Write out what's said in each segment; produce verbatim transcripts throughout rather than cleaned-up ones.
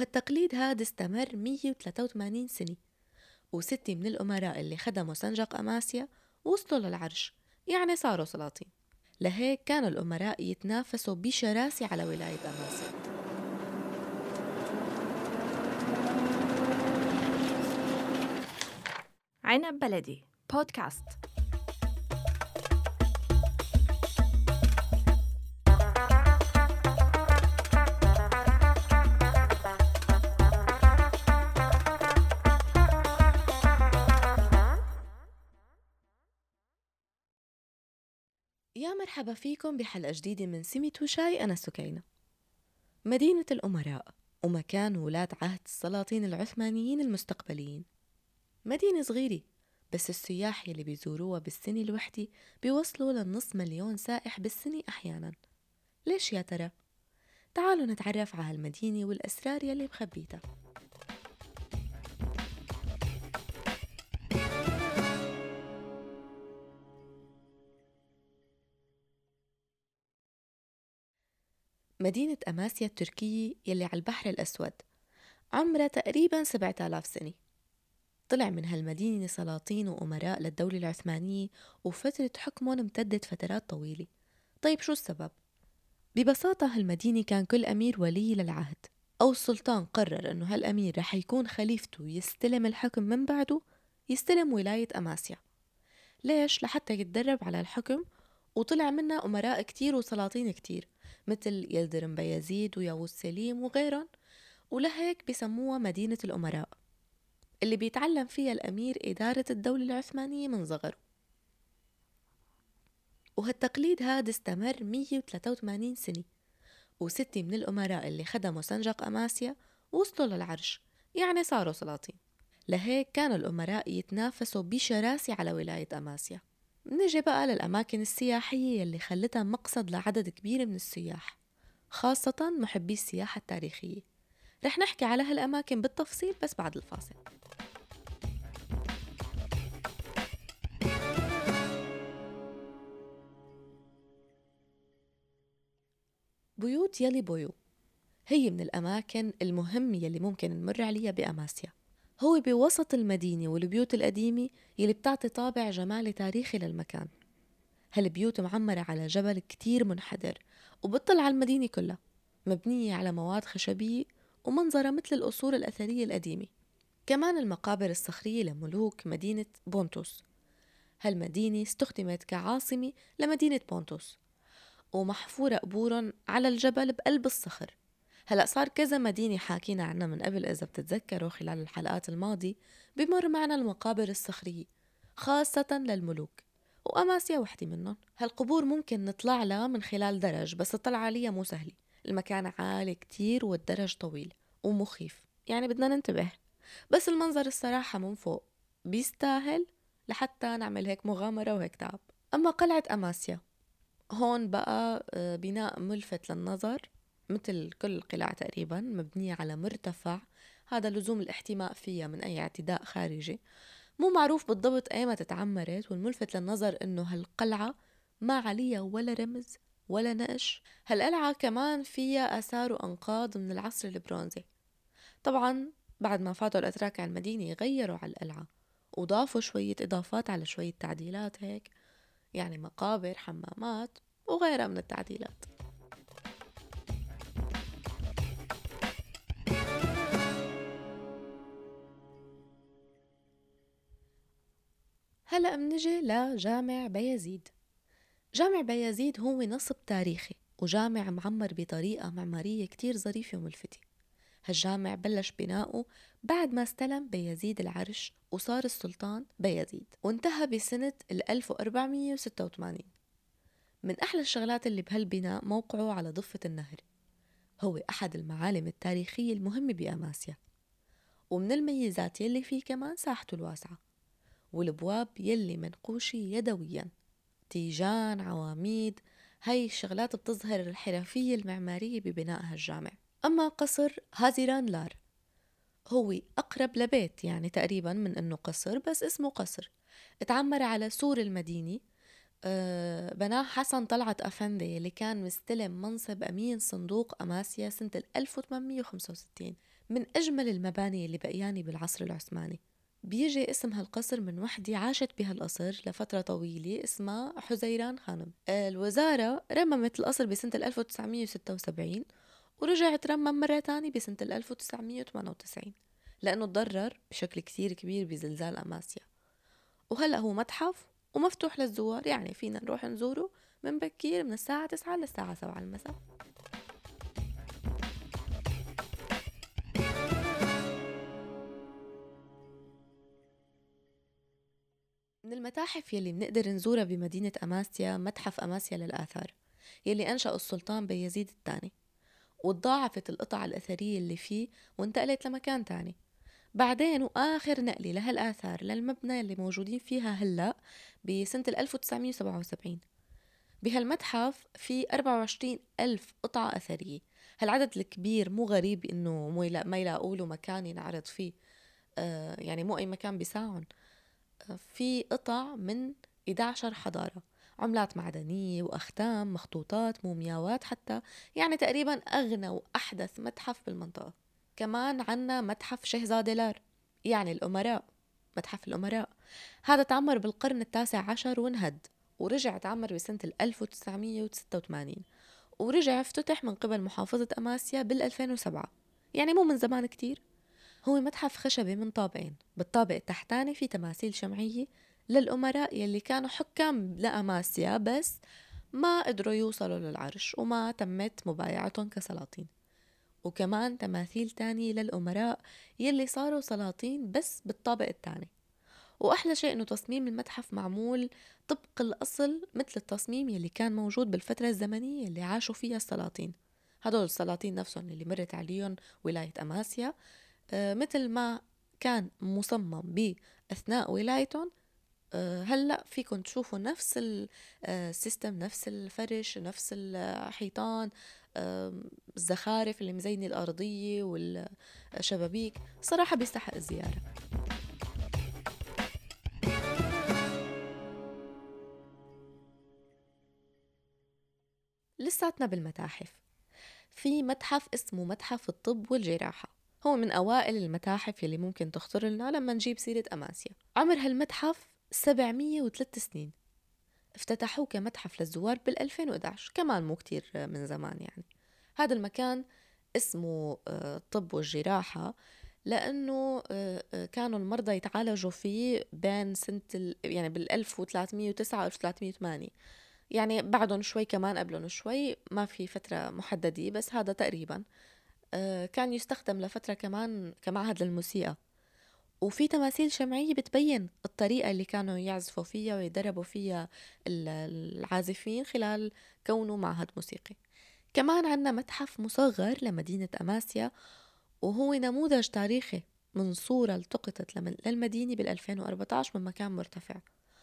وهالتقليد هذا استمر مية وثلاثة وثمانين سنة، وستة من الأمراء اللي خدموا سنجق أماسيا وصلوا للعرش، يعني صاروا سلاطين. لهيك كانوا الأمراء يتنافسوا بشراسة على ولاية أماسيا. عنب بلدي بودكاست. يا مرحبا فيكم بحلقة جديدة من سمت وشاي. أنا سكينة. مدينة الأمراء ومكان ولاة عهد السلاطين العثمانيين المستقبليين. مدينة صغيرة بس السياح يلي بيزوروها بالسنة الوحدة بيوصلوا للنص مليون سائح بالسنة أحيانا. ليش يا ترى؟ تعالوا نتعرف على هالمدينة والأسرار يلي مخبيتها. مدينة أماسيا التركية يلي على البحر الأسود عمرها تقريباً سبعة آلاف سنة. طلع من هالمدينة سلاطين وأمراء للدولة العثمانية وفترة حكمهم امتدت فترات طويلة. طيب شو السبب؟ ببساطة هالمدينة كان كل أمير ولي للعهد، أو السلطان قرر أنه هالأمير رح يكون خليفته يستلم الحكم من بعده، يستلم ولاية أماسيا. ليش؟ لحتى يتدرب على الحكم، وطلع منها أمراء كتير وسلاطين كتير مثل يلدرم بايزيد وياوز سليم وغيرهم، ولهيك بسموها مدينة الأمراء اللي بيتعلم فيها الأمير إدارة الدولة العثمانية من صغره. وهالتقليد هذا استمر مية وثلاثة وثمانين سنة، وستة من الأمراء اللي خدموا سنجق أماسيا وصلوا للعرش، يعني صاروا سلاطين. لهيك كانوا الأمراء يتنافسوا بشراسة على ولاية أماسيا. نجي بقى للأماكن السياحية اللي خلتها مقصد لعدد كبير من السياح، خاصة محبي السياحة التاريخية. رح نحكي على هالأماكن بالتفصيل بس بعد الفاصل. بيوت يلي بويو هي من الأماكن المهمة يلي ممكن نمر عليها بأماسيا. هو بوسط المدينة والبيوت القديمة يلي بتعطي طابع جمالي تاريخي للمكان. هالبيوت معمرة على جبل كتير منحدر وبتطل على المدينة كلها، مبنية على مواد خشبية ومنظرة مثل القصور الأثرية القديمة. كمان المقابر الصخرية لملوك مدينة بونتوس. هالمدينة استخدمت كعاصمة لمدينة بونتوس، ومحفورة قبورهم على الجبل بقلب الصخر. هلأ صار كذا مدينة حاكينا عنها من قبل، إذا بتتذكروا خلال الحلقات الماضية بمر معنا المقابر الصخرية خاصة للملوك، وأماسيا وحدة منهم. هالقبور ممكن نطلع لها من خلال درج، بس الطلعة عليها مو سهلة، المكان عالي كتير والدرج طويل ومخيف، يعني بدنا ننتبه. بس المنظر الصراحة من فوق بيستاهل لحتى نعمل هيك مغامرة وهيك تعب. أما قلعة أماسيا هون بقى بناء ملفت للنظر مثل كل القلاع تقريبا، مبنية على مرتفع، هذا لزوم الاحتماء فيها من أي اعتداء خارجي. مو معروف بالضبط أيما تتعمرت، والملفت للنظر إنه هالقلعة ما عليها ولا رمز ولا نقش. هالقلعة كمان فيها آثار وأنقاض من العصر البرونزي. طبعا بعد ما فاتوا الأتراك على المدينة غيروا على القلعة وضافوا شوية إضافات على شوية تعديلات هيك، يعني مقابر، حمامات وغيرها من التعديلات. هلأ منجي لجامع بايزيد. جامع بايزيد هو نصب تاريخي وجامع معمر بطريقة معمارية كتير ظريفة وملفتة. هالجامع بلش بناؤه بعد ما استلم بايزيد العرش وصار السلطان بايزيد، وانتهى بسنة ألف وأربعمية وستة وثمانين. من أحلى الشغلات اللي بهالبناء موقعه على ضفة النهر، هو أحد المعالم التاريخية المهمة بأماسيا. ومن الميزات يلي فيه كمان ساحته الواسعة، والابواب يلي منقوشة يدويا، تيجان، عواميد. هاي الشغلات بتظهر الحرفية المعمارية ببناء هالجامع. أما قصر هازيران لار هو أقرب لبيت، يعني تقريبا من أنه قصر بس اسمه قصر، اتعمر على سور المدينة أه بناه حسن طلعت أفندي اللي كان مستلم منصب أمين صندوق أماسيا سنة ألف وثمانمية وخمسة وستين. من أجمل المباني اللي بقياني بالعصر العثماني. بيجي اسم هالقصر من وحدة عاشت بهالقصر لفترة طويلة اسمها حزيران خانم. الوزارة رممت القصر بسنة ألف وتسعمية وستة وسبعين ورجعت رمم مرة تانية بسنة ألف وتسعمية وثمانية وتسعين لأنه تضرر بشكل كتير كبير بزلزال أماسيا. وهلأ هو متحف ومفتوح للزوار، يعني فينا نروح نزوره من بكير من الساعة تسعة للساعة سبعة المساء. من المتاحف يلي بنقدر نزورها بمدينة أماسيا متحف أماسيا للآثار يلي أنشأ السلطان بايزيد الثاني، وتضاعفت القطع الأثرية اللي فيه وانتقلت لمكان تاني. بعدين وآخر نقلة لهالآثار للمبنى اللي موجودين فيها هلأ بسنة ألف وتسعمية وسبعة وسبعين. بهالمتحف في أربعة وعشرين ألف قطعة أثرية. هالعدد الكبير مو غريب إنه ما يلاقوا له مكان ينعرض فيه، آه يعني مو أي مكان بيساعن. آه في قطع من إحدى عشرة حضارة، عملات معدنية وأختام مخطوطات مومياوات حتى، يعني تقريبا أغنى وأحدث متحف بالمنطقة. كمان عنا متحف شهزادلار يعني الأمراء، متحف الأمراء هذا تعمر بالقرن التاسع عشر وانهد، ورجع تعمر بسنة ألف وتسعمية وستة وثمانين ورجع افتتح من قبل محافظة أماسيا بالألفين وسبعة، يعني مو من زمان كتير. هو متحف خشبي من طابقين، بالطابق التحتاني في تماثيل شمعية للأمراء يلي كانوا حكام لأماسيا بس ما قدروا يوصلوا للعرش وما تمت مبايعتهم كسلاطين، وكمان تماثيل تانية للأمراء يلي صاروا سلاطين بس بالطابق الثاني. وأحلى شيء إنه تصميم المتحف معمول طبق الأصل مثل التصميم يلي كان موجود بالفترة الزمنية اللي عاشوا فيها السلاطين. هدول السلاطين نفسهم اللي مرت عليهم ولاية أماسيا آه مثل ما كان مصمم بأثناء ولايتهم. آه هلأ فيكن تشوفوا نفس السيستم، نفس الفرش، نفس الحيطان، آه الزخارف اللي مزينة الأرضية والشبابيك. صراحة بيستحق الزيارة. لساتنا بالمتاحف. في متحف اسمه متحف الطب والجراحة، هو من أوائل المتاحف يلي ممكن تخطر لنا لما نجيب سيرة أماسيا. عمر هالمتحف سبعمية وثلاث سنين، افتتحوه كمتحف للزوار بالألفين وإحدى عشر، كمان مو كتير من زمان يعني. هذا المكان اسمه الطب والجراحة لأنه كانوا المرضى يتعالجوا فيه بين سنة يعني بالألف وثلاثمية وتسعة ألف وثلاثمية وثمانية، يعني بعدهم شوي كمان قبلهم شوي، ما في فترة محددة بس هذا تقريبا. كان يستخدم لفترة كمان كمعهد للموسيقى، وفي تماثيل شمعية بتبين الطريقة اللي كانوا يعزفوا فيها ويدربوا فيها العازفين خلال كونه معهد موسيقي. كمان عنا متحف مصغر لمدينة أماسيا، وهو نموذج تاريخي من صورة التقطت للمدينة بالألفين وأربعة عشر من مكان مرتفع،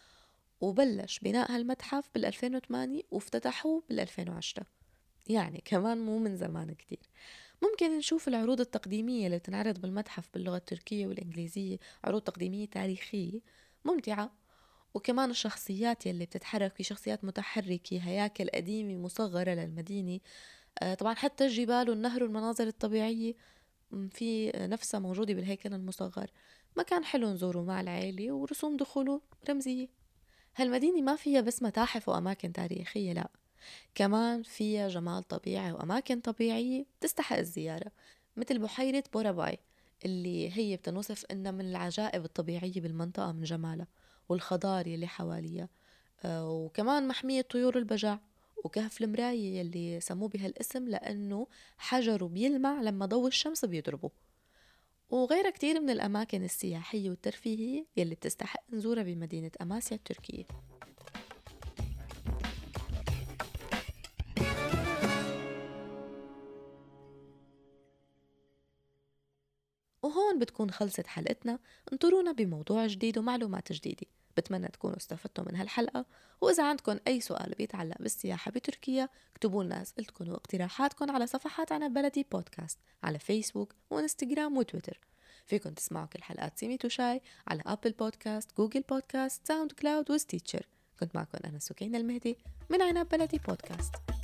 وبلش بناء هالمتحف بالألفين وثمانية وافتتحوه بالألفين وعشرة، يعني كمان مو من زمان كتير. ممكن نشوف العروض التقديمية اللي بتنعرض بالمتحف باللغة التركية والإنجليزية، عروض تقديمية تاريخية ممتعة. وكمان الشخصيات يلي بتتحرك، في شخصيات متحركة، هياكل قديمة مصغرة للمدينة، آه طبعا حتى الجبال والنهر والمناظر الطبيعية في نفسها موجودة بالهيكل المصغر. مكان حلو نزوره مع العائلة ورسوم دخوله رمزية. هالمدينة ما فيها بس متاحف وأماكن تاريخية، لا، كمان فيها جمال طبيعي وأماكن طبيعية تستحق الزيارة، مثل بحيرة بوراباي اللي هي بتنوصف إنها من العجائب الطبيعية بالمنطقة من جمالها والخضار يلي حواليها. آه وكمان محمية طيور البجع، وكهف المراية يلي سموه بهالاسم لأنه حجره بيلمع لما ضوء الشمس بيضربه. وغيرها كتير من الأماكن السياحية والترفيهية يلي بتستحق نزورها بمدينة أماسيا التركية. وهون بتكون خلصت حلقتنا. انطرونا بموضوع جديد ومعلومات جديدة. بتمنى تكونوا استفدتوا من هالحلقة، وإذا عندكم أي سؤال بيتعلق بالسياحة بتركيا اكتبوا لنا أسئلتكم واقتراحاتكم على صفحات عنب بلدي بودكاست على فيسبوك وإنستغرام وتويتر. فيكن تسمعوا كل حلقات سيمي تو شاي على أبل بودكاست، جوجل بودكاست، ساوند كلاود وستيتشر. كنت معكم أنا سكينة المهدي من عنب بلدي بودكاست.